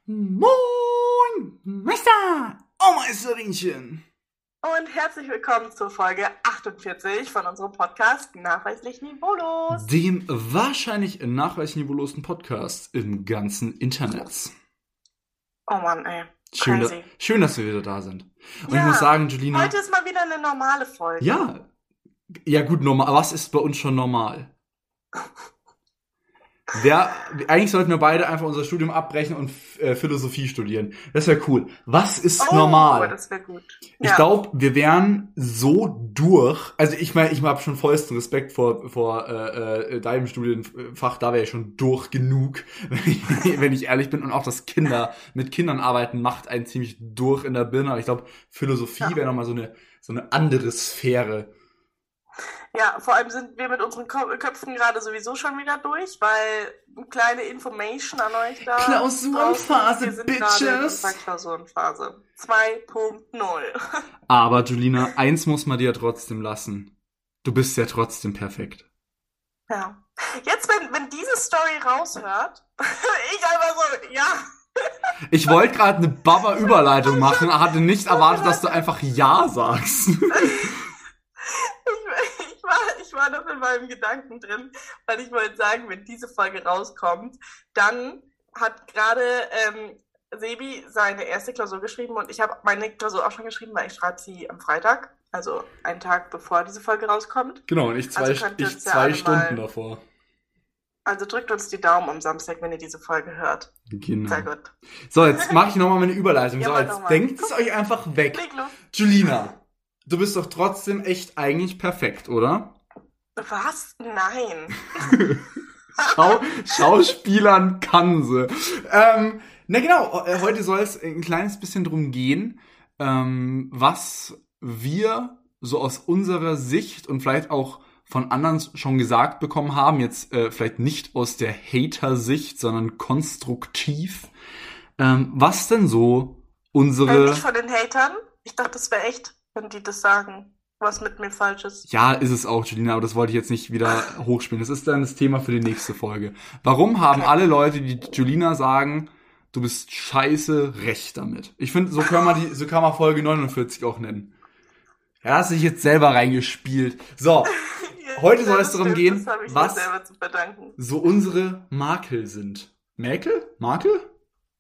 Moin, Meister! Oh, Meisterinchen! Und herzlich willkommen zur Folge 48 von unserem Podcast Nachweislich Niveaulos. Dem wahrscheinlich nachweislich niveaulosen Podcast im ganzen Internet. Oh Mann, ey. Schön, dass wir wieder da sind. Und ja, ich muss sagen, Julina... Heute ist mal wieder eine normale Folge. Ja gut, normal. Was ist bei uns schon normal? Eigentlich sollten wir beide einfach unser Studium abbrechen und Philosophie studieren. Das wäre cool. Was ist normal? Das wäre gut. Ich glaube, wir wären so durch. Also ich meine, ich habe schon vollsten Respekt vor deinem Studienfach. Da wäre ich schon durch genug, wenn ich ehrlich bin. Und auch das mit Kindern arbeiten macht einen ziemlich durch in der Birne. Aber ich glaube, Philosophie wäre nochmal so eine andere Sphäre. Ja, vor allem sind wir mit unseren Köpfen gerade sowieso schon wieder durch, weil eine kleine Information an euch da. Klausurenphase, Bitches! Wir sind gerade in Klausurenphase 2.0. Aber Julina, eins muss man dir trotzdem lassen. Du bist ja trotzdem perfekt. Ja. Jetzt, wenn diese Story raushört, ich einfach so, ja. Ich wollte gerade eine Baba-Überleitung machen, hatte nicht erwartet, dass du einfach Ja sagst. Ich war noch in meinem Gedanken drin, weil ich wollte sagen, wenn diese Folge rauskommt, dann hat gerade Sebi seine erste Klausur geschrieben und ich habe meine Klausur auch schon geschrieben, weil ich schreibe sie am Freitag, also einen Tag bevor diese Folge rauskommt. Genau, und ich zwei Stunden davor. Also drückt uns die Daumen am Samstag, wenn ihr diese Folge hört. Genau. Sehr gut. So, jetzt mache ich nochmal meine Überleitung. Ja, so, jetzt denkt es euch einfach weg. Julina, du bist doch trotzdem echt eigentlich perfekt, oder? Was? Nein. Schauspielern kann sie. Na genau, heute soll es ein kleines bisschen drum gehen, was wir so aus unserer Sicht und vielleicht auch von anderen schon gesagt bekommen haben, jetzt vielleicht nicht aus der Hater-Sicht, sondern konstruktiv, was denn so unsere... Nicht von den Hatern? Ich dachte, das wäre echt, wenn die das sagen. Was mit mir falsch ist. Ja, ist es auch, Julina, aber das wollte ich jetzt nicht wieder hochspielen. Das ist dann das Thema für die nächste Folge. Warum haben alle Leute, die Julina sagen, du bist scheiße, recht damit? Ich finde, so kann man Folge 49 auch nennen. Ja, hast du dich jetzt selber reingespielt. So, heute soll es darum gehen, was so unsere Makel sind. Makel? Makel.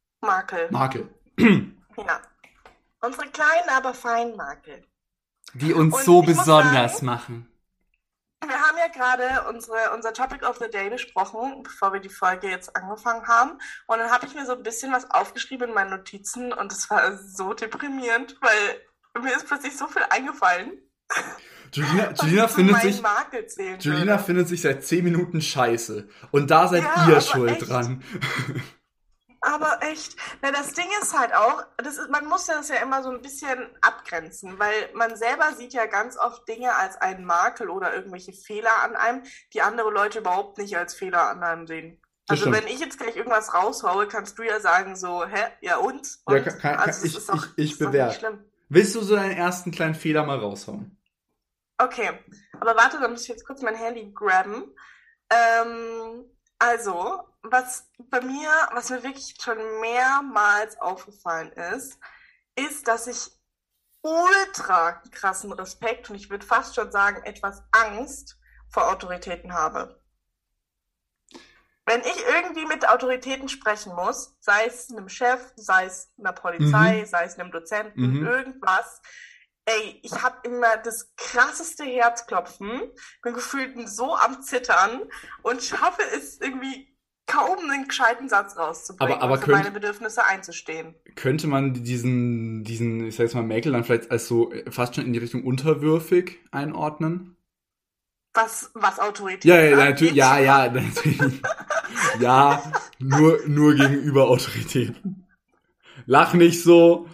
Ja. Unsere kleinen, aber feinen Makel. Die uns so besonders machen. Wir haben ja gerade unser Topic of the Day besprochen, bevor wir die Folge jetzt angefangen haben. Und dann habe ich mir so ein bisschen was aufgeschrieben in meinen Notizen und es war so deprimierend, weil mir ist plötzlich so viel eingefallen. Julina findet sich seit 10 Minuten scheiße. Und da seid ihr schuld dran. Aber echt, das Ding ist halt auch, man muss das ja immer so ein bisschen abgrenzen, weil man selber sieht ja ganz oft Dinge als einen Makel oder irgendwelche Fehler an einem, die andere Leute überhaupt nicht als Fehler an einem sehen. Also wenn ich jetzt gleich irgendwas raushaue, kannst du ja sagen so, ja und? Ich bewerte. Willst du so deinen ersten kleinen Fehler mal raushauen? Okay, aber warte, dann muss ich jetzt kurz mein Handy grabben. Also, was mir wirklich schon mehrmals aufgefallen ist, dass ich ultra krassen Respekt und ich würde fast schon sagen, etwas Angst vor Autoritäten habe. Wenn ich irgendwie mit Autoritäten sprechen muss, sei es einem Chef, sei es einer Polizei, sei es einem Dozenten, irgendwas, ich habe immer das krasseste Herzklopfen, bin gefühlt so am Zittern und schaffe es irgendwie kaum einen gescheiten Satz rauszubringen und für meine Bedürfnisse einzustehen. Könnte man diesen, ich sag jetzt mal, Mäkel dann vielleicht als so fast schon in die Richtung unterwürfig einordnen? Was Autorität natürlich. Ja, nur gegenüber Autoritäten. Lach nicht so.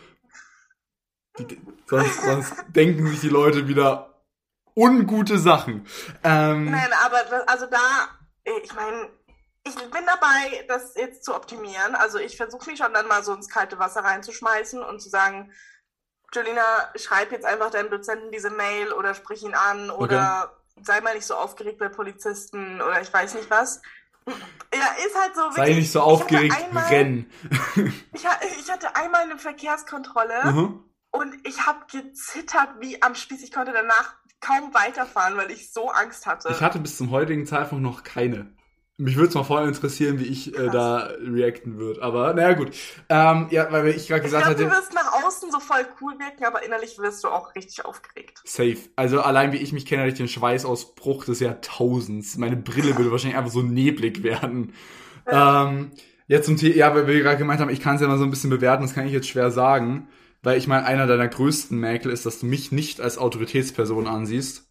Sonst denken sich die Leute wieder ungute Sachen. Nein, aber ich meine, ich bin dabei, das jetzt zu optimieren. Also ich versuche mich schon dann mal so ins kalte Wasser reinzuschmeißen und zu sagen, Julina, schreib jetzt einfach deinem Dozenten diese Mail oder sprich ihn an oder sei mal nicht so aufgeregt bei Polizisten oder ich weiß nicht was. Ja, ist halt so. Sei nicht so aufgeregt, renn. Ich hatte einmal eine Verkehrskontrolle und ich habe gezittert wie am Spieß. Ich konnte danach kaum weiterfahren, weil ich so Angst hatte. Ich hatte bis zum heutigen Zeitpunkt noch keine. Mich würde es mal voll interessieren, wie ich da reacten würde. Aber naja, gut. Ja, weil ich gerade gesagt hatte... du wirst nach außen so voll cool wirken, aber innerlich wirst du auch richtig aufgeregt. Safe. Also allein wie ich mich kenne, hatte ich den Schweißausbruch des Jahrtausends. Meine Brille würde wahrscheinlich einfach so neblig werden. Jetzt zum Thema, ja, weil wir gerade gemeint haben, ich kann es ja mal so ein bisschen bewerten, das kann ich jetzt schwer sagen. Weil ich meine, einer deiner größten Mäkel ist, dass du mich nicht als Autoritätsperson ansiehst.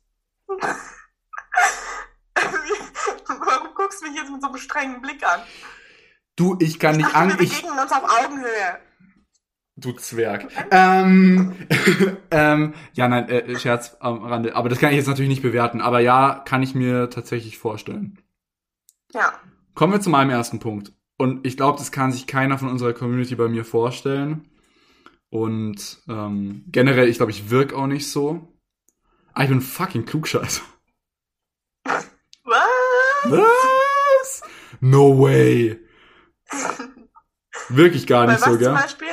Warum guckst du mich jetzt mit so einem strengen Blick an? Du, ich kann nicht wir begegnen uns auf Augenhöhe. Du Zwerg. Ja, nein, Scherz am Rande. Aber das kann ich jetzt natürlich nicht bewerten. Aber ja, kann ich mir tatsächlich vorstellen. Ja. Kommen wir zu meinem ersten Punkt. Und ich glaube, das kann sich keiner von unserer Community bei mir vorstellen. Und generell, ich glaube, ich wirke auch nicht so. Ich bin fucking Klugscheißer. Was? No way. Wirklich gar nicht so, gell? Zum Beispiel?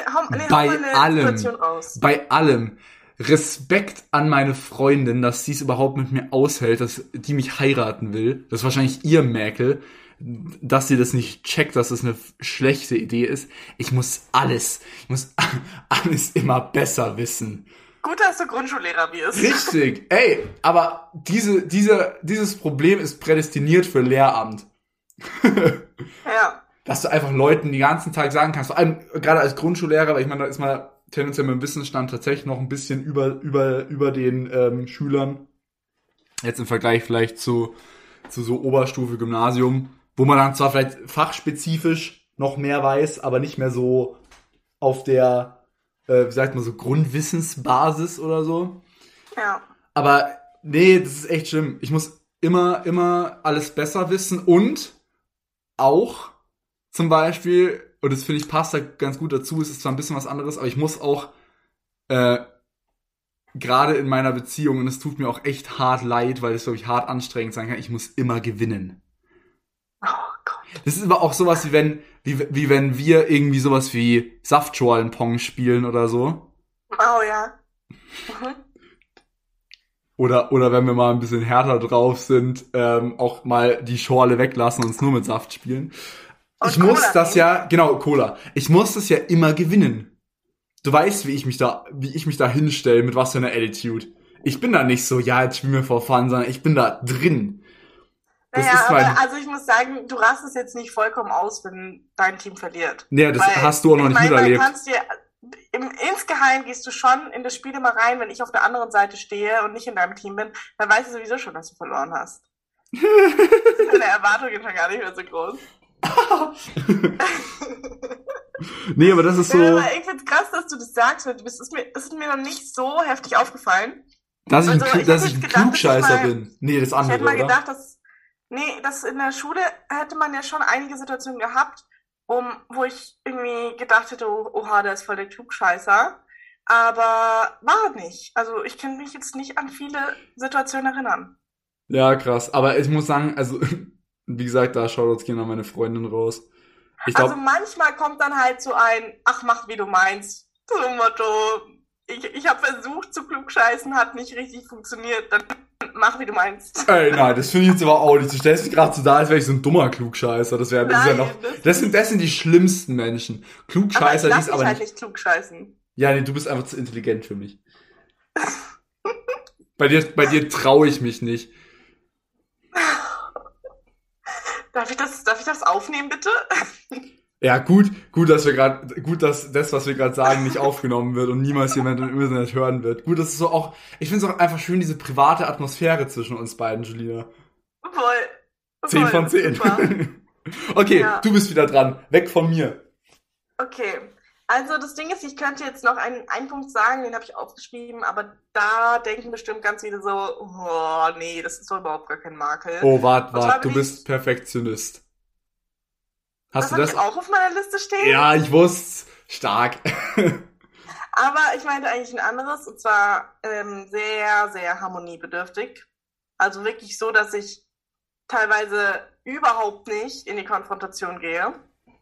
Bei allem. Respekt an meine Freundin, dass sie es überhaupt mit mir aushält, dass die mich heiraten will. Das ist wahrscheinlich ihr Mäkel, dass sie das nicht checkt, dass das eine schlechte Idee ist. Ich muss alles immer besser wissen. Gut, dass du Grundschullehrer wirst. Richtig. Ey, aber dieses Problem ist prädestiniert für Lehramt. Ja. Dass du einfach Leuten den ganzen Tag sagen kannst, vor allem gerade als Grundschullehrer, weil ich meine, da ist man tendenziell mit dem Wissensstand tatsächlich noch ein bisschen über den Schülern. Jetzt im Vergleich vielleicht zu so Oberstufe, Gymnasium, wo man dann zwar vielleicht fachspezifisch noch mehr weiß, aber nicht mehr so auf der, wie sagt man so, Grundwissensbasis oder so. Ja. Aber nee, das ist echt schlimm. Ich muss immer alles besser wissen und auch zum Beispiel, und das finde ich passt da ganz gut dazu, es ist zwar ein bisschen was anderes, aber ich muss auch gerade in meiner Beziehung, und es tut mir auch echt hart leid, weil es, glaube ich, hart anstrengend sein kann, ich muss immer gewinnen. Oh Gott. Das ist aber auch sowas, wie wenn wir irgendwie sowas wie Saftschorlen-Pong spielen oder so. Oh ja. Mhm. Oder wenn wir mal ein bisschen härter drauf sind, auch mal die Schorle weglassen und uns nur mit Saft spielen. Und ich muss Cola das ja, genau, Cola. Ich muss das ja immer gewinnen. Du weißt, wie ich mich da hinstelle, mit was für einer Attitude. Ich bin da nicht so, ja, jetzt spielen wir for fun, sondern ich bin da drin. Das ist also ich muss sagen, du rastest jetzt nicht vollkommen aus, wenn dein Team verliert. Nee, das hast du auch noch nicht miterlebt. Insgeheim gehst du schon in das Spiel immer rein, wenn ich auf der anderen Seite stehe und nicht in deinem Team bin, dann weißt du sowieso schon, dass du verloren hast. Deine Erwartungen sind schon gar nicht mehr so groß. Nee, aber das ist so... Ja, ich find's krass, dass du das sagst, weil es ist mir noch nicht so heftig aufgefallen. Dass ich ein Klugscheißer bin. Nee, das andere, ich hätte mal gedacht, dass in der Schule hätte man ja schon einige Situationen gehabt, wo ich irgendwie gedacht hätte, oha, der ist voll der Klugscheißer. Aber war nicht. Also ich kann mich jetzt nicht an viele Situationen erinnern. Ja, krass. Aber ich muss sagen, also... Wie gesagt, da Shoutouts gehen an meine Freundin raus. Also manchmal kommt dann halt so ein, ach, mach wie du meinst. So ein Motto, ich habe versucht zu klugscheißen, hat nicht richtig funktioniert, dann mach wie du meinst. Ey, nein, das finde ich jetzt aber auch nicht. Du stellst dich gerade so da, als wäre ich so ein dummer Klugscheißer. Das ist ja noch, das sind die schlimmsten Menschen. Klugscheißer, aber ich lass mich halt nicht klugscheißen. Ja, nee, du bist einfach zu intelligent für mich. Bei dir traue ich mich nicht. Darf ich das aufnehmen, bitte? Ja, gut, dass das, was wir gerade sagen, nicht aufgenommen wird und niemals jemand im Internet hören wird. Gut, das ist so auch, ich finde es auch einfach schön, diese private Atmosphäre zwischen uns beiden, Julina. Voll. 10 von 10. Okay, ja. Du bist wieder dran. Weg von mir. Okay. Also das Ding ist, ich könnte jetzt noch einen Punkt sagen, den habe ich aufgeschrieben, aber da denken bestimmt ganz viele so, oh nee, das ist doch überhaupt gar kein Makel. Oh, warte, du bist Perfektionist. Hast du das auch auf meiner Liste stehen? Ja, ich wusste. Stark. Aber ich meinte eigentlich ein anderes, und zwar sehr, sehr harmoniebedürftig. Also wirklich so, dass ich teilweise überhaupt nicht in die Konfrontation gehe.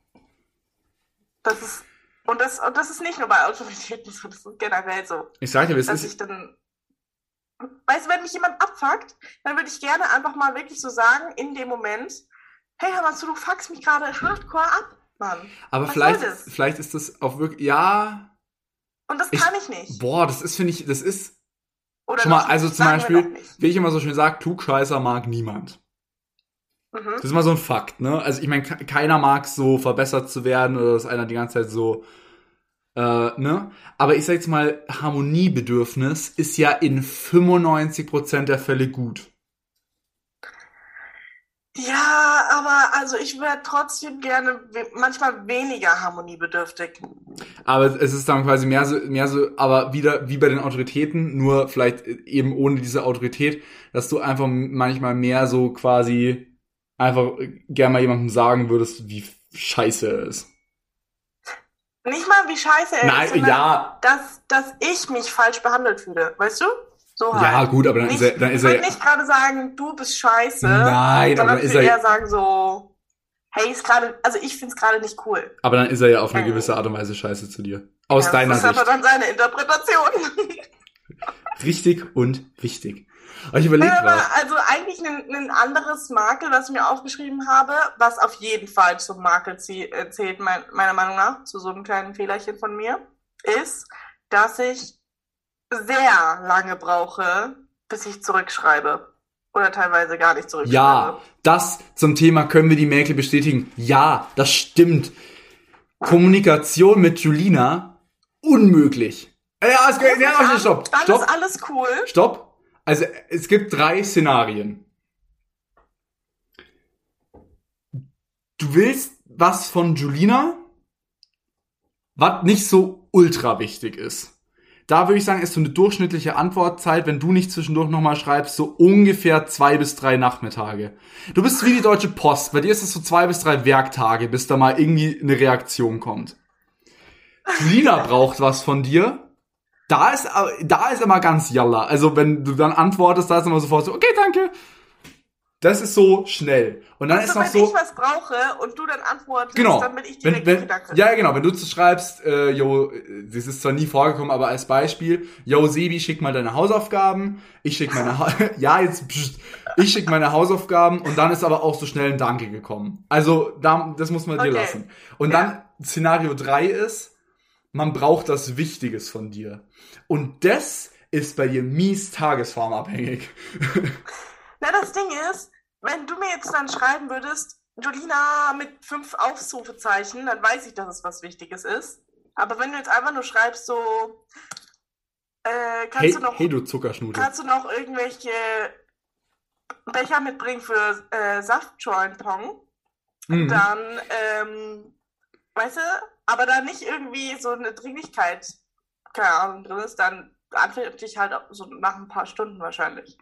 Das ist nicht nur bei Autoritäten so, das ist generell so. Ich sag dir, dass ich dann, weißt du, wenn mich jemand abfuckt, dann würde ich gerne einfach mal wirklich so sagen, in dem Moment, hey, hör mal zu, du fuckst mich gerade hardcore ab, Mann. Aber vielleicht ist das auch wirklich, ja. Und das kann ich nicht. Boah, das ist, finde ich, das ist, oder schon mal, also zum Beispiel, wie ich immer so schön sage, Klugscheißer mag niemand. Das ist immer so ein Fakt, ne? Also ich meine, keiner mag so verbessert zu werden oder dass einer die ganze Zeit so, ne? Aber ich sag jetzt mal, Harmoniebedürfnis ist ja in 95% der Fälle gut. Ja, aber also ich wäre trotzdem gerne manchmal weniger harmoniebedürftig. Aber es ist dann quasi mehr so, aber wieder wie bei den Autoritäten, nur vielleicht eben ohne diese Autorität, dass du einfach manchmal mehr so quasi einfach gerne mal jemandem sagen würdest, wie scheiße er ist. Nicht mal wie scheiße er ist, sondern ja. dass ich mich falsch behandelt fühle, weißt du? So halt. Ja, gut, aber dann ist er... Ich würde nicht gerade sagen, du bist scheiße. Nein, aber dann ist er... eher sagen so, hey, ich find's gerade nicht cool. Aber dann ist er ja auf eine gewisse Art und Weise scheiße zu dir. Aus deiner Sicht. Das ist aber dann seine Interpretation. Richtig und wichtig. Aber ich überlege gerade. Also eigentlich ein anderes Makel, was ich mir aufgeschrieben habe, was auf jeden Fall zum Makel zählt, meiner Meinung nach, zu so einem kleinen Fehlerchen von mir, ist, dass ich sehr lange brauche, bis ich zurückschreibe. Oder teilweise gar nicht zurückschreibe. Ja, das zum Thema können wir die Makel bestätigen. Ja, das stimmt. Kommunikation mit Julina, unmöglich. Ja, stopp. Dann ist alles cool. Stopp. Also, es gibt 3 Szenarien. Du willst was von Julina, was nicht so ultra wichtig ist. Da würde ich sagen, ist so eine durchschnittliche Antwortzeit, wenn du nicht zwischendurch nochmal schreibst, so ungefähr 2 bis 3 Nachmittage. Du bist wie die Deutsche Post. Bei dir ist es so 2 bis 3 Werktage, bis da mal irgendwie eine Reaktion kommt. Julina braucht was von dir. Da ist immer ganz jalla. Also wenn du dann antwortest, da ist immer sofort so, okay, danke. Das ist so schnell. Und dann ist noch so, wenn ich was brauche und du dann antwortest, genau, dann bin ich direkt Gedanke. Ja, genau. Wenn du schreibst, das ist zwar nie vorgekommen, aber als Beispiel, Sebi, schick mal deine Hausaufgaben. Ich schick meine Hausaufgaben und dann ist aber auch so schnell ein Danke gekommen. Also, das muss man dir lassen. Und dann Szenario 3 ist, man braucht das Wichtiges von dir. Und das ist bei dir mies tagesformabhängig. Na, das Ding ist, wenn du mir jetzt dann schreiben würdest, Julina mit 5 Ausrufezeichen, dann weiß ich, dass es was Wichtiges ist. Aber wenn du jetzt einfach nur schreibst, so, hey, du Zuckerschnute. Kannst du noch irgendwelche Becher mitbringen für Saftschorlenpong? Dann, weißt du, aber da nicht irgendwie so eine Dringlichkeit, keine Ahnung, drin ist, dann antworte ich halt so nach ein paar Stunden wahrscheinlich.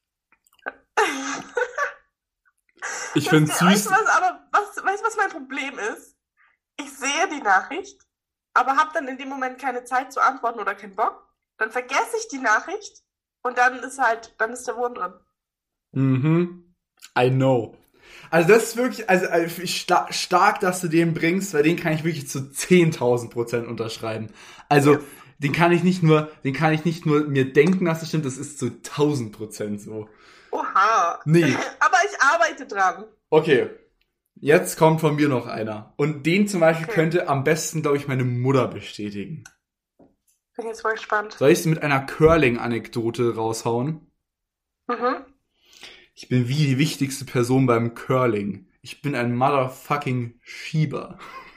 Ich find's süß. Weißt du, was mein Problem ist? Ich sehe die Nachricht, aber habe dann in dem Moment keine Zeit zu antworten oder keinen Bock. Dann vergesse ich die Nachricht und dann ist der Wurm drin. I know. Also das ist wirklich, stark, dass du den bringst, weil den kann ich wirklich zu 10.000% unterschreiben. Also den kann ich nicht nur mir denken, dass das stimmt, das ist zu 1.000% so. Oha. Nee. Aber ich arbeite dran. Okay. Jetzt kommt von mir noch einer. Und den zum Beispiel könnte am besten, glaube ich, meine Mutter bestätigen. Bin jetzt mal gespannt. Soll ich es mit einer Curling-Anekdote raushauen? Ich bin wie die wichtigste Person beim Curling. Ich bin ein motherfucking Schieber.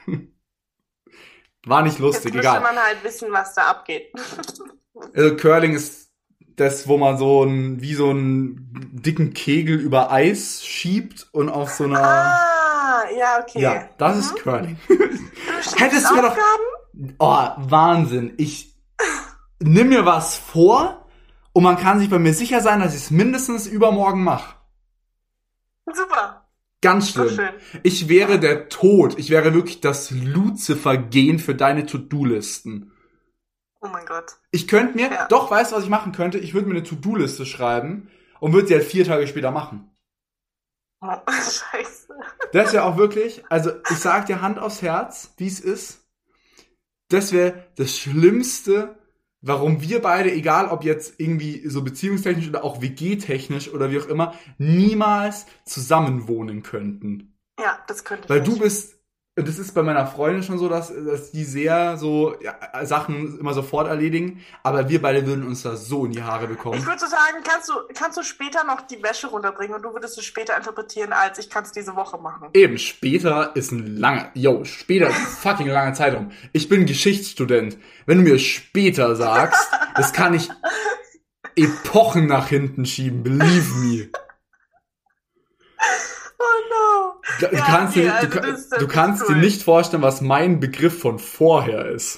War nicht lustig, jetzt egal. Jetzt müsste man halt wissen, was da abgeht. Also Curling ist das, wo man wie so einen dicken Kegel über Eis schiebt und auf so einer... Ja, okay. Ja, das ist Curling. Hättest du doch... Oh, Wahnsinn. Ich nimm mir was vor und man kann sich bei mir sicher sein, dass ich es mindestens übermorgen mache. Super. Ganz schlimm. Ich wäre der Tod. Ich wäre wirklich das Luzifer-Gen für deine To-Do-Listen. Oh mein Gott. Ich könnte mir, doch, weißt du, was ich machen könnte? Ich würde mir eine To-Do-Liste schreiben und würde sie halt 4 Tage später machen. Oh, scheiße. Das wäre auch wirklich, also ich sag dir Hand aufs Herz, wie es ist. Das wäre das Schlimmste, warum wir beide, egal ob jetzt irgendwie so beziehungstechnisch oder auch WG-technisch oder wie auch immer, niemals zusammen wohnen könnten. Ja, das könnte ich Weil nicht. du bist, und das ist bei meiner Freundin schon so, dass die sehr so Sachen immer sofort erledigen, aber wir beide würden uns da so in die Haare Ich bekommen. würde so sagen, kannst du später noch die Wäsche runterbringen und du würdest es später interpretieren, als ich kann es diese Woche machen. Eben, später ist später ist ein fucking langer Zeitraum. Ich bin Geschichtsstudent. Wenn du mir später sagst, das kann ich Epochen nach hinten schieben, believe me. Oh no. Du Ja, kannst, okay, dir, also du, das du ist kannst cool. dir nicht vorstellen, was mein Begriff von vorher ist.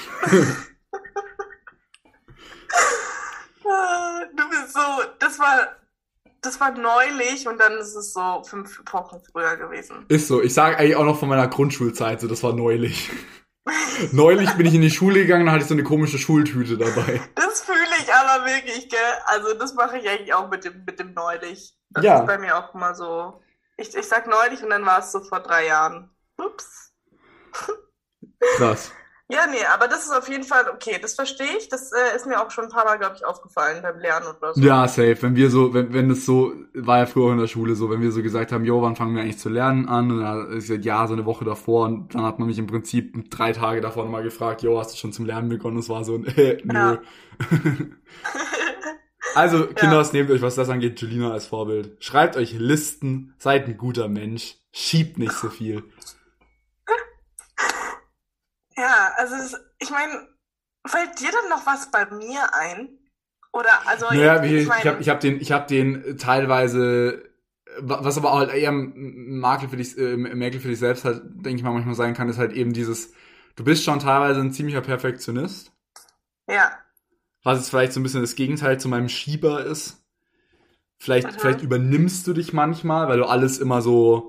Du bist so, das war neulich und dann ist es so 5 Wochen früher gewesen. Ist so. Ich sage eigentlich auch noch von meiner Grundschulzeit, so das war neulich. Neulich bin ich in die Schule gegangen, da hatte ich so eine komische Schultüte dabei. Das fühle ich aber wirklich, gell? Also das mache ich eigentlich auch mit dem neulich. Das Ja. ist bei mir auch immer so. Ich sag neulich und dann war es so vor 3 Jahren. Ups. Krass. Ja, nee, aber das ist auf jeden Fall okay, das verstehe ich. Das ist mir auch schon ein paar Mal, glaube ich, aufgefallen beim Lernen oder so. Ja, safe. Wenn es so, war ja früher auch in der Schule so, wenn wir so gesagt haben, jo, wann fangen wir eigentlich zu lernen an? Und dann ist ja so eine Woche davor und dann hat man mich im Prinzip 3 Tage davor nochmal gefragt, jo, hast du schon zum Lernen begonnen? Es war so ein, nö. Ja. Also, Kinders, nehmt euch, was das angeht, Julina als Vorbild. Schreibt euch Listen, seid ein guter Mensch, schiebt nicht so viel. Ja, also ich meine, fällt dir dann noch was bei mir ein? Oder, also, Naja, ich ich meine, hab den teilweise, was aber auch halt eher ein Makel für dich selbst halt, denke ich mal, manchmal sein kann, ist halt eben dieses, du bist schon teilweise ein ziemlicher Perfektionist, ja. was jetzt vielleicht so ein bisschen das Gegenteil zu meinem Schieber ist. Vielleicht übernimmst du dich manchmal, weil du alles immer so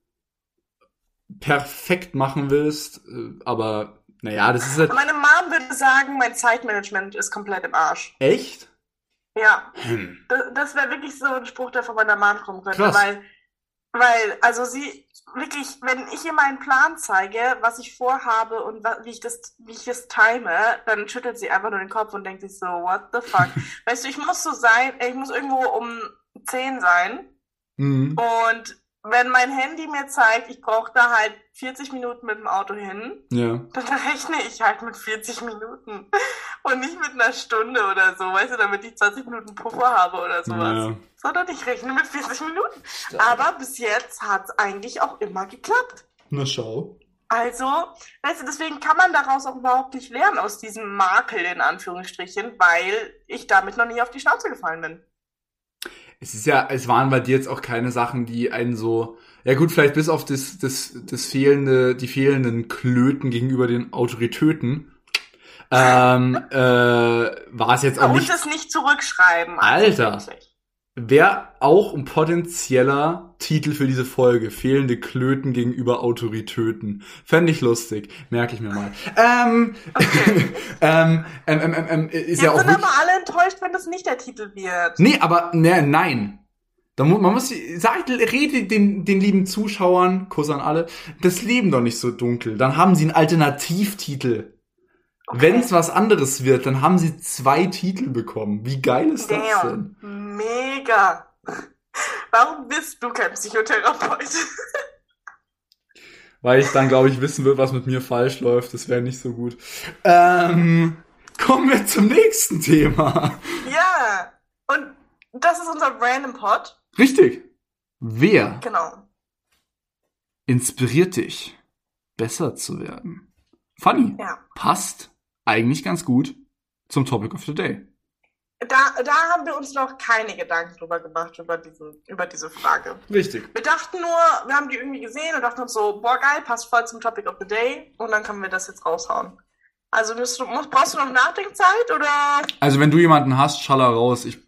perfekt machen willst, aber naja, das ist halt Meine Mom würde sagen, mein Zeitmanagement ist komplett im Arsch. echt. Ja. Das wäre wirklich so ein Spruch, der von meiner Mom kommen könnte, Krass. weil, also sie, wirklich, wenn ich ihr meinen Plan zeige, was ich vorhabe und wie ich das time, dann schüttelt sie einfach nur den Kopf und denkt sich so, what the fuck? Weißt du, ich muss irgendwo um 10 sein Mhm. und wenn mein Handy mir zeigt, ich brauche da halt 40 Minuten mit dem Auto hin, Ja. dann rechne ich halt mit 40 Minuten und nicht mit einer Stunde oder so, weißt du, damit ich 20 Minuten Puffer habe oder sowas. Ja. Sondern ich rechne mit 40 Minuten. Aber bis jetzt hat es eigentlich auch immer geklappt. Na schau. Also, weißt du, deswegen kann man daraus auch überhaupt nicht lernen, aus diesem Makel in Anführungsstrichen, weil ich damit noch nie auf die Schnauze gefallen bin. Es waren bei dir jetzt auch keine Sachen, die einen so, ja gut, vielleicht bis auf die fehlenden Klöten gegenüber den Autoritäten, war es jetzt auch Und nicht, das nicht zurückschreiben. Alter. Wirklich. wäre auch ein potenzieller Titel für diese Folge, fehlende Klöten gegenüber Autoritäten. Fände ich lustig, merke ich mir mal. Ist ja Jetzt auch sind wirklich, aber alle enttäuscht, wenn das nicht der Titel wird. nee, aber nein. Man muss, rede den lieben Zuschauern, Kuss an alle, das Leben doch nicht so dunkel. Dann haben sie einen Alternativtitel. Okay. Wenn es was anderes wird, dann haben sie 2 Titel bekommen. Wie geil ist das denn? Mega. Warum bist du kein Psychotherapeut? Weil ich dann, glaube ich, wissen will, was mit mir falsch läuft. Das wäre nicht so gut. Kommen wir zum nächsten Thema. Ja. Und das ist unser Random Pod. Richtig. Wer Genau. inspiriert dich, besser zu werden? Funny. Ja. Passt eigentlich ganz gut zum Topic of the Day. Da haben wir uns noch keine Gedanken drüber gemacht, über diese Frage. Richtig. Wir dachten nur, wir haben die irgendwie gesehen und dachten uns so, boah geil, passt voll zum Topic of the Day und dann können wir das jetzt raushauen. Also brauchst du noch Nachdenkzeit oder? Also wenn du jemanden hast, schaller raus. Ich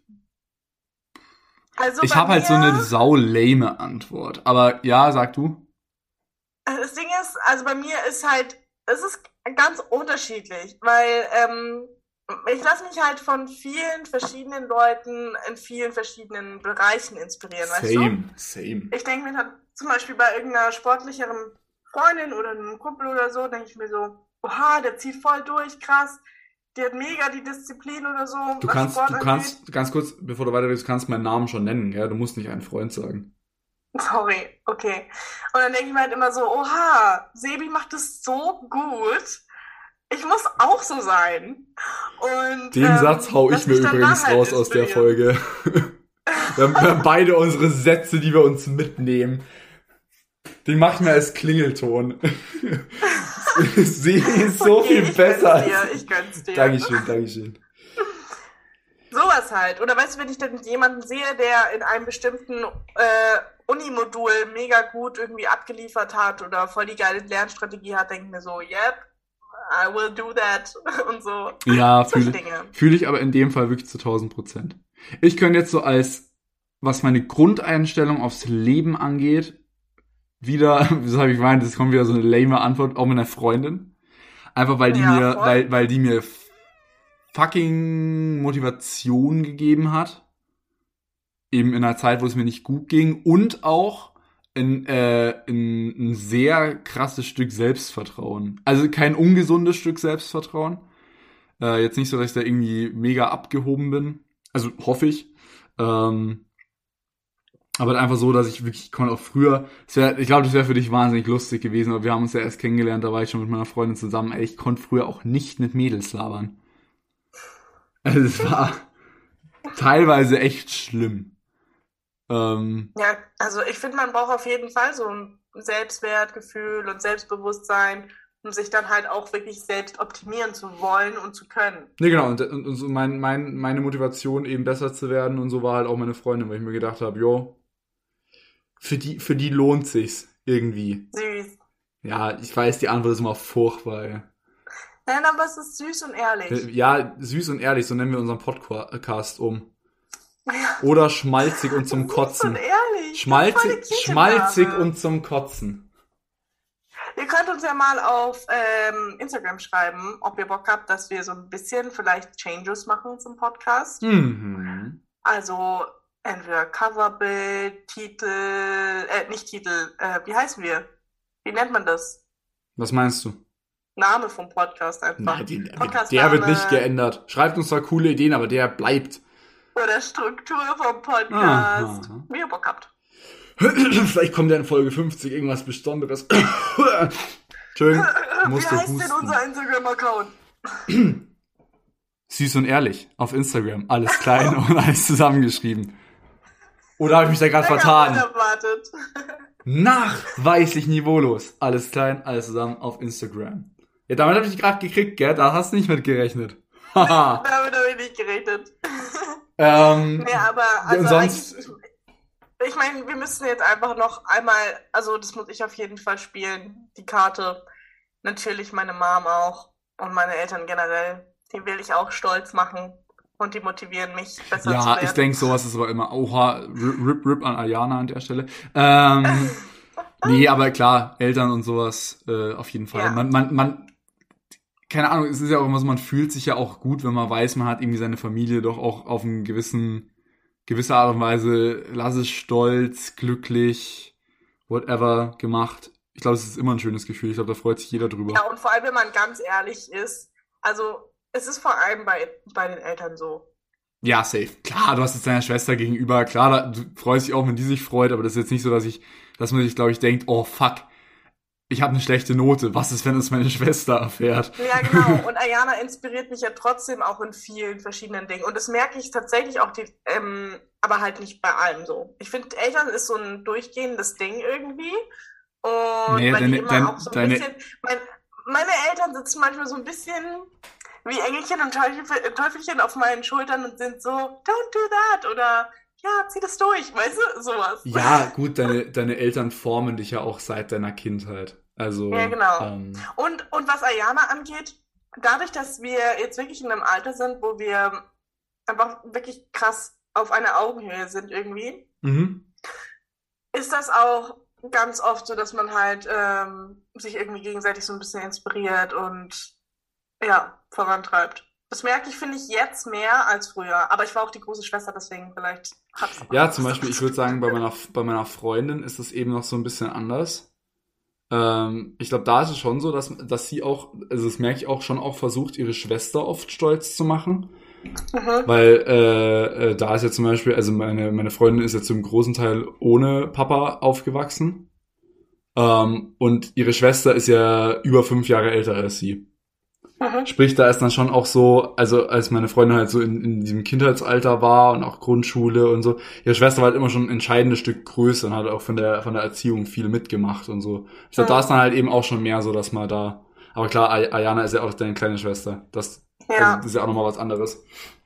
Also habe halt so eine saulame Antwort. Aber ja, sag du. Das Ding ist, also bei mir ist halt, es ist ganz unterschiedlich, weil ich lasse mich halt von vielen verschiedenen Leuten in vielen verschiedenen Bereichen inspirieren, weißt du? Same. Ich denke mir dann zum Beispiel bei irgendeiner sportlicheren Freundin oder einem Kumpel oder so, denke ich mir so, oha, der zieht voll durch, krass, der hat mega die Disziplin oder so, Du was Sport angeht. kannst, ganz kurz, bevor du weiterredest, kannst meinen Namen schon nennen, ja? Du musst nicht einen Freund sagen. Sorry, okay. Und dann denke ich mir halt immer so, oha, Sebi macht es so gut. Ich muss auch so sein. Und Den Satz hau lass ich mir mich dann übrigens da halt raus aus der inspirieren. Folge. Wir haben beide unsere Sätze, die wir uns mitnehmen. Den mach ich mir als Klingelton. Sie ist so Okay, viel ich besser. gönn's dir, ich gönn's dir. Dankeschön. Sowas halt. Oder weißt du, wenn ich dann jemanden sehe, der in einem bestimmten Unimodul mega gut irgendwie abgeliefert hat oder voll die geile Lernstrategie hat, denke ich mir so, yep, I will do that und so. Ja, Solche Dinge. fühle ich aber in dem Fall wirklich zu 1000%. Ich könnte jetzt so was meine Grundeinstellung aufs Leben angeht, wieder, das habe ich gemeint, das kommt wieder so eine lame Antwort, auch mit einer Freundin. Einfach weil die Ja, voll. weil die mir fucking Motivation gegeben hat. Eben in einer Zeit, wo es mir nicht gut ging. Und auch ein sehr krasses Stück Selbstvertrauen. Also kein ungesundes Stück Selbstvertrauen. Jetzt nicht so, dass ich da irgendwie mega abgehoben bin. Also hoffe ich. Aber einfach so, dass ich wirklich, konnte auch früher, ich glaube, das wäre für dich wahnsinnig lustig gewesen, aber wir haben uns ja erst kennengelernt, da war ich schon mit meiner Freundin zusammen. Ey, ich konnte früher auch nicht mit Mädels labern. Also es war teilweise echt schlimm. Ja, also ich finde, man braucht auf jeden Fall so ein Selbstwertgefühl und Selbstbewusstsein, um sich dann halt auch wirklich selbst optimieren zu wollen und zu können. Ne, genau, und so meine Motivation eben besser zu werden und so war halt auch meine Freundin, weil ich mir gedacht habe, jo, für die lohnt sich's irgendwie. Süß. Ja, ich weiß, die Antwort ist immer furchtbar. Ey. Nein, aber es ist süß und ehrlich. Ja, süß und ehrlich, so nennen wir unseren Podcast um. Ja, Oder schmalzig und zum süß und Kotzen. ehrlich. Das ist voll der cute Schmalzig Name. und zum Kotzen. Ihr könnt uns ja mal auf Instagram schreiben, ob ihr Bock habt, dass wir so ein bisschen vielleicht Changes machen zum Podcast. Mhm. Also entweder Coverbild, Titel, nicht Titel, wie heißen wir? Wie nennt man das? Was meinst du? Name vom Podcast einfach. Nein, Podcastname der wird nicht geändert. Schreibt uns zwar coole Ideen, aber der bleibt. oder Struktur vom Podcast. Aha. Wie ihr Bock habt. Vielleicht kommt ja in Folge 50 irgendwas Besonderes. Entschuldigung, Wie musste heißt denn husten. unser Instagram-Account? Süß und ehrlich auf Instagram. Alles klein und alles zusammengeschrieben. Oder habe ich mich da gerade vertan? Unerwartet. Nachweislich niveaulos. Alles klein, alles zusammen auf Instagram. Ja, damit habe ich dich gerade gekriegt, gell? Da hast du nicht mit gerechnet. Haha. Damit habe ich nicht geredet. Nee, ja, aber und also sonst, eigentlich, ich meine, wir müssen jetzt einfach noch einmal, also das muss ich auf jeden Fall spielen, die Karte. Natürlich meine Mom auch und meine Eltern generell. Die will ich auch stolz machen und die motivieren mich, besser zu ja, ich werden. denke, sowas ist aber immer, oha, rip an Ayana an der Stelle. Nee, aber klar, Eltern und sowas, auf jeden Fall. Ja. Man, keine Ahnung, es ist ja auch immer so, man fühlt sich ja auch gut, wenn man weiß, man hat irgendwie seine Familie doch auch auf einen gewisse Art und Weise, lass es stolz, glücklich, whatever, gemacht. Ich glaube, es ist immer ein schönes Gefühl. Ich glaube, da freut sich jeder drüber. Ja, und vor allem, wenn man ganz ehrlich ist, also es ist vor allem bei den Eltern so. Ja, safe. Klar, du hast jetzt deiner Schwester gegenüber. Klar, du freust dich auch, wenn die sich freut, aber das ist jetzt nicht so, dass man sich, glaube ich, denkt, oh fuck, ich habe eine schlechte Note. Was ist, wenn es meine Schwester erfährt? Ja, genau. Und Ayana inspiriert mich ja trotzdem auch in vielen verschiedenen Dingen. Und das merke ich tatsächlich auch, aber halt nicht bei allem so. Ich finde, Eltern ist so ein durchgehendes Ding irgendwie. Und Nee, weil die deine- immer auch so ein bisschen. Meine Eltern sitzen manchmal so ein bisschen wie Engelchen und Teufelchen auf meinen Schultern und sind so, don't do that oder ja, zieh das durch, weißt du, sowas. Ja, gut, deine Eltern formen dich ja auch seit deiner Kindheit. Also, Ja, genau. Und was Ayana angeht, dadurch, dass wir jetzt wirklich in einem Alter sind, wo wir einfach wirklich krass auf einer Augenhöhe sind irgendwie, ist das auch ganz oft so, dass man halt sich irgendwie gegenseitig so ein bisschen inspiriert und ja, vorantreibt. Das merke ich, finde ich, jetzt mehr als früher. Aber ich war auch die große Schwester, deswegen vielleicht hat's. Ja, zum Beispiel, ich würde sagen, bei meiner Freundin ist es eben noch so ein bisschen anders. Ich glaube, da ist es schon so, dass sie auch, also das merke ich auch, schon auch versucht, ihre Schwester oft stolz zu machen. Weil da ist ja zum Beispiel, also meine Freundin ist jetzt zum großen Teil ohne Papa aufgewachsen. Und ihre Schwester ist ja über 5 Jahre älter als sie. Sprich, da ist dann schon auch so, also als meine Freundin halt so in diesem Kindheitsalter war und auch Grundschule und so, ihre Schwester war halt immer schon ein entscheidendes Stück größer und hat auch von der Erziehung viel mitgemacht und so. Ich glaube, da ist dann halt eben auch schon mehr so, dass man da, aber klar, Ayana ist ja auch deine kleine Schwester. Das ist ja auch nochmal was anderes.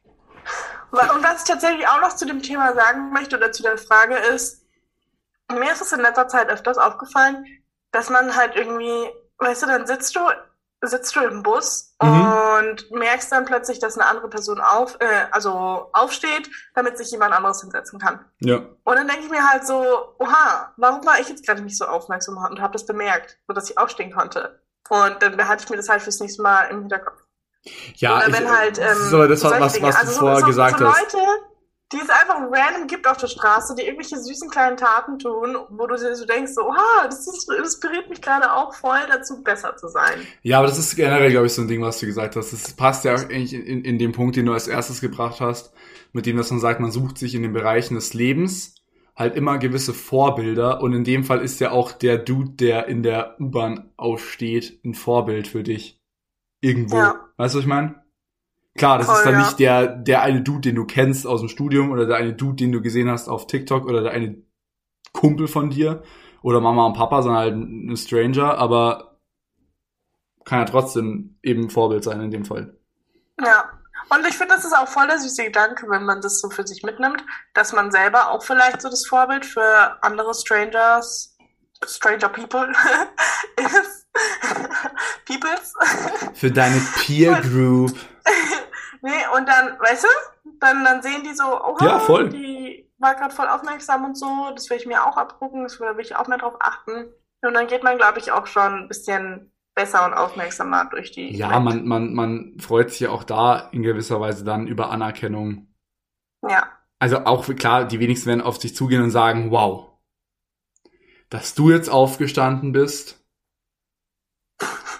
Und was ich tatsächlich auch noch zu dem Thema sagen möchte oder zu der Frage ist, mir ist es in letzter Zeit öfters aufgefallen, dass man halt irgendwie, weißt du, dann sitzt du im Bus und merkst dann plötzlich, dass eine andere Person aufsteht, damit sich jemand anderes hinsetzen kann. Ja. Und dann denke ich mir halt so, oha, warum war ich jetzt gerade nicht so aufmerksam und habe das bemerkt, sodass ich aufstehen konnte. Und dann behalte ich mir das halt fürs nächste Mal im Hinterkopf. Ja, oder wenn halt, das ist aber das, was du vorher gesagt hast. Leute, die es einfach random gibt auf der Straße, die irgendwelche süßen kleinen Taten tun, wo du dir so denkst, so, das inspiriert mich gerade auch voll dazu, besser zu sein. Ja, aber das ist generell, glaube ich, so ein Ding, was du gesagt hast. Das passt ja eigentlich in dem Punkt, den du als erstes gebracht hast, mit dem, dass man sagt, man sucht sich in den Bereichen des Lebens halt immer gewisse Vorbilder und in dem Fall ist ja auch der Dude, der in der U-Bahn aufsteht, ein Vorbild für dich. Irgendwo. Ja. Weißt du, was ich meine? Klar, das ist dann nicht der eine Dude, den du kennst aus dem Studium oder der eine Dude, den du gesehen hast auf TikTok oder der eine Kumpel von dir oder Mama und Papa, sondern halt ein Stranger, aber kann ja trotzdem eben ein Vorbild sein in dem Fall. Ja, und ich finde, das ist auch voll der süße Gedanke, wenn man das so für sich mitnimmt, dass man selber auch vielleicht so das Vorbild für andere Stranger People ist. Peoples. Für deine Peer Group. Nee, und dann, weißt du, dann sehen die so, ja, voll. Die war gerade voll aufmerksam und so, das will ich mir auch abgucken, da will ich auch mehr drauf achten. Und dann geht man, glaube ich, auch schon ein bisschen besser und aufmerksamer durch die Ja, man freut sich ja auch da in gewisser Weise dann über Anerkennung. Ja. Also auch, klar, die wenigsten werden auf dich zugehen und sagen, wow, dass du jetzt aufgestanden bist,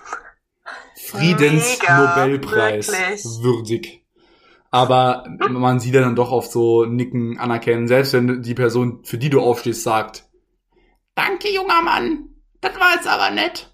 Friedensnobelpreis würdig. Aber man sieht ja dann doch oft so Nicken, anerkennen, selbst wenn die Person, für die du aufstehst, sagt, danke, junger Mann, das war jetzt aber nett.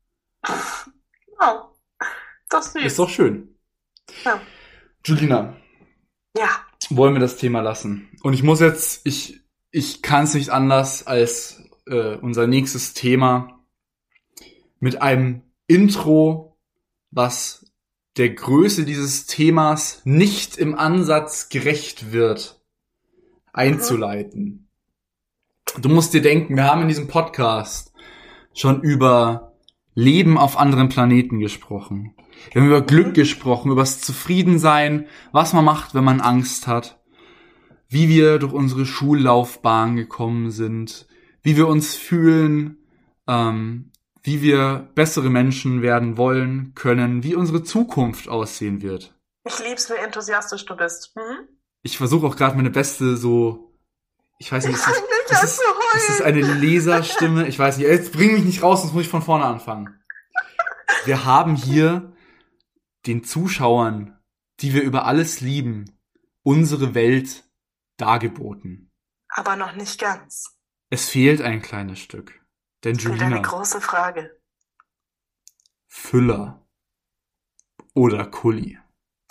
Oh, das ist doch schön. Ja. Julina. Ja. Wollen wir das Thema lassen? Und ich muss jetzt, ich kann es nicht anders als unser nächstes Thema mit einem Intro, was der Größe dieses Themas nicht im Ansatz gerecht wird, einzuleiten. Du musst dir denken, wir haben in diesem Podcast schon über Leben auf anderen Planeten gesprochen. Wir haben über Glück gesprochen, über das Zufriedensein, was man macht, wenn man Angst hat, wie wir durch unsere Schullaufbahn gekommen sind, wie wir uns fühlen, wie wir bessere Menschen werden wollen, können, wie unsere Zukunft aussehen wird. Ich lieb's, wie enthusiastisch du bist. Ich versuche auch gerade meine beste ich weiß nicht, ist das eine Leserstimme? Ich weiß nicht, jetzt bring mich nicht raus, sonst muss ich von vorne anfangen. Wir haben hier den Zuschauern, die wir über alles lieben, unsere Welt dargeboten. Aber noch nicht ganz. Es fehlt ein kleines Stück. Denn Julina, eine große Frage. Füller oder Kulli?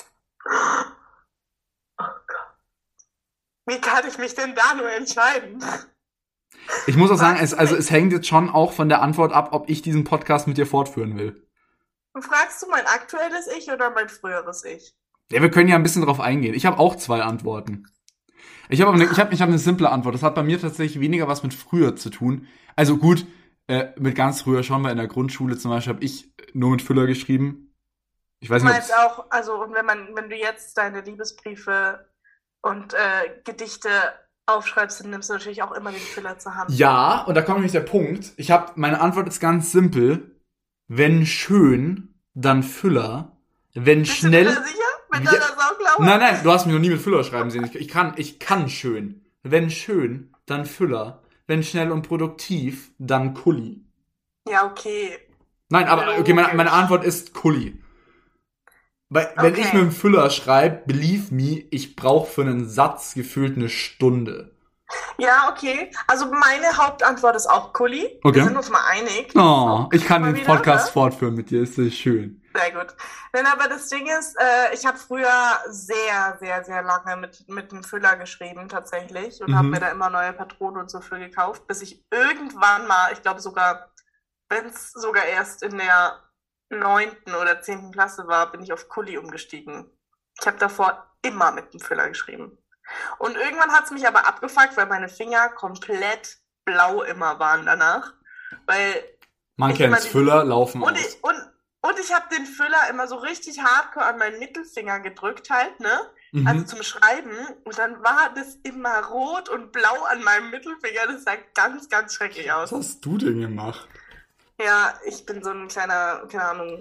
Oh Gott. Wie kann ich mich denn da nur entscheiden? Ich muss auch sagen, es hängt jetzt schon auch von der Antwort ab, ob ich diesen Podcast mit dir fortführen will. Fragst du mein aktuelles Ich oder mein früheres Ich? Ja, wir können ja ein bisschen drauf eingehen. Ich habe auch 2 Antworten. Ich habe eine simple Antwort. Das hat bei mir tatsächlich weniger was mit früher zu tun. Also gut, mit ganz früher schon, weil in der Grundschule zum Beispiel habe ich nur mit Füller geschrieben. Ich weiß nicht, du meinst auch, also und wenn du jetzt deine Liebesbriefe und Gedichte aufschreibst, dann nimmst du natürlich auch immer den Füller zur Hand. Ja, und da kommt nämlich der Punkt. Meine Antwort ist ganz simpel. Wenn schön, dann Füller. Wenn Bist schnell. Du sicher? Mit deiner Sauklaue? Nein, du hast mich noch nie mit Füller schreiben sehen. Ich kann schön. Wenn schön, dann Füller. Wenn schnell und produktiv, dann Kulli. Ja, okay. Nein, aber okay, meine Antwort ist Kulli. Weil, wenn ich mit dem Füller schreibe, believe me, ich brauche für einen Satz gefühlt eine Stunde. Ja, okay. Also meine Hauptantwort ist auch Kulli. Okay. Wir sind uns mal einig. Oh, ich kann den Podcast fortführen mit dir, ist das schön. Sehr gut. Denn aber das Ding ist, ich habe früher sehr, sehr, sehr lange mit dem Füller geschrieben tatsächlich und habe mir da immer neue Patronen und so für gekauft, bis ich irgendwann mal, ich glaube sogar, wenn es sogar erst in der 9. oder 10. Klasse war, bin ich auf Kulli umgestiegen. Ich habe davor immer mit dem Füller geschrieben. Und irgendwann hat es mich aber abgefuckt, weil meine Finger komplett blau immer waren danach. Weil man kennt's, Füller laufen aus. Und ich habe den Füller immer so richtig hardcore an meinen Mittelfinger gedrückt halt, ne? Also zum Schreiben. Und dann war das immer rot und blau an meinem Mittelfinger. Das sah ganz, ganz schrecklich aus. Was hast du denn gemacht? Ja, ich bin so ein kleiner, keine Ahnung,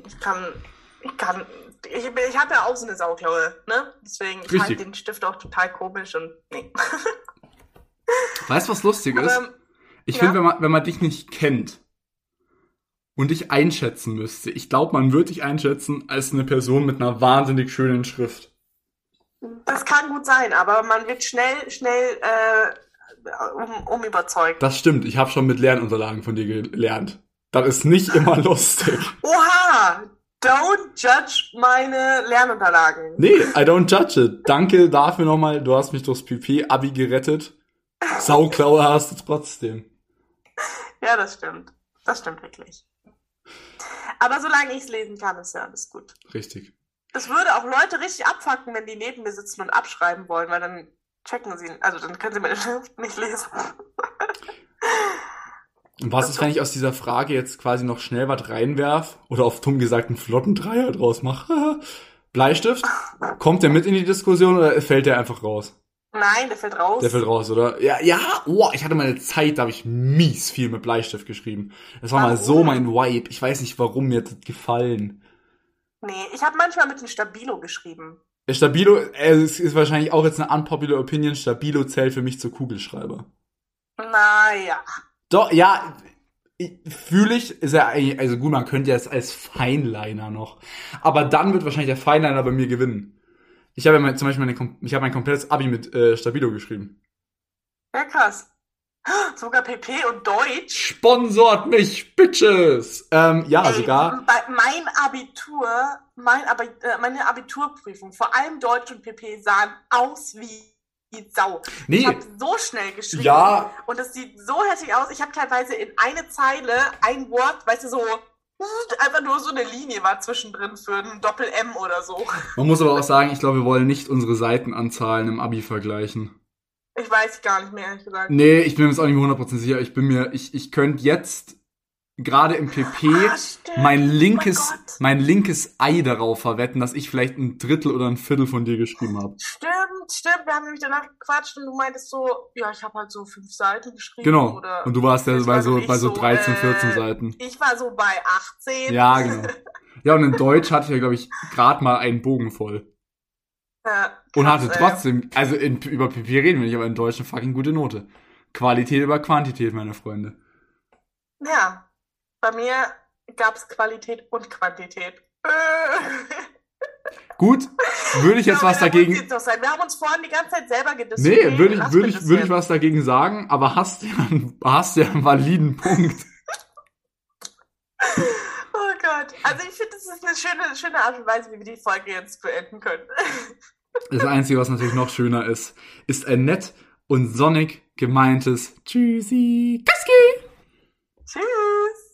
ich habe ja auch so eine Sauklaue, ne? Deswegen, ich halte den Stift auch total komisch und nee. Weißt du, was lustig ist? Ich finde, wenn man dich nicht kennt und dich einschätzen müsste, ich glaube, man würde dich einschätzen als eine Person mit einer wahnsinnig schönen Schrift. Das kann gut sein, aber man wird schnell überzeugt. Das stimmt, ich habe schon mit Lernunterlagen von dir gelernt. Das ist nicht immer lustig. Oha! Don't judge meine Lernunterlagen. Nee, I don't judge it. Danke dafür nochmal. Du hast mich durchs PP-Abi gerettet. Sauklaue hast du trotzdem. Ja, das stimmt. Das stimmt wirklich. Aber solange ich es lesen kann, ist ja alles gut. Richtig. Das würde auch Leute richtig abfucken, wenn die neben mir sitzen und abschreiben wollen, weil dann checken sie, also dann können sie meine Schrift nicht lesen. Und was ist, wenn ich aus dieser Frage jetzt quasi noch schnell was reinwerf oder auf dumm gesagt einen flotten Dreier draus mache? Bleistift? Kommt der mit in die Diskussion oder fällt der einfach raus? Nein, der fällt raus. Der fällt raus, oder? Ja, ich hatte mal eine Zeit, da habe ich mies viel mit Bleistift geschrieben. Das war mal so mein Vibe. Ich weiß nicht, warum mir das gefallen. Nee, ich habe manchmal mit einem Stabilo geschrieben. Der Stabilo, es ist wahrscheinlich auch jetzt eine unpopular Opinion, Stabilo zählt für mich zu Kugelschreiber. Naja. Doch, ja, fühle ich, ist ja eigentlich, also gut, man könnte ja es als Fineliner noch. Aber dann wird wahrscheinlich der Fineliner bei mir gewinnen. Ich habe ja zum Beispiel mein komplettes Abi mit Stabilo geschrieben. Ja, krass. Sogar PP und Deutsch. Sponsort mich, Bitches! Sogar. Meine Abiturprüfung, vor allem Deutsch und PP, sahen aus wie Sau. Nee. Ich habe so schnell geschrieben. Ja. Und das sieht so hässlich aus. Ich habe teilweise in eine Zeile ein Wort, weißt du, so einfach nur so eine Linie war zwischendrin für ein Doppel-M oder so. Man muss aber auch sagen, ich glaube, wir wollen nicht unsere Seitenanzahlen im Abi vergleichen. Ich weiß gar nicht mehr, ehrlich gesagt. Nee, ich bin mir jetzt auch nicht mehr 100% sicher. Ich könnte jetzt gerade im PP mein linkes Ei darauf verwetten, dass ich vielleicht ein Drittel oder ein Viertel von dir geschrieben habe. Stimmt. Wir haben nämlich danach gequatscht und du meintest so, ja, ich habe halt so 5 Seiten geschrieben. Genau. Oder und du warst ja bei so 13, 14 Seiten. Ich war so bei 18. Ja, genau. Ja, und in Deutsch hatte ich ja, glaube ich, gerade mal einen Bogen voll. Ja, krass, und hatte trotzdem, also über PP reden wir nicht, aber in Deutsch eine fucking gute Note. Qualität über Quantität, meine Freunde. Ja, bei mir gab's Qualität und Quantität. Gut, würde ich jetzt was dagegen... Wir haben uns vorhin die ganze Zeit selber gediszipliniert. Nee, würde ich was dagegen sagen, aber hast ja einen validen Punkt. Oh Gott, also ich finde, das ist eine schöne Art und Weise, wie wir die Folge jetzt beenden können. Das Einzige, was natürlich noch schöner ist ein nett und sonnig gemeintes Tschüssi. Kaski! Tschüss!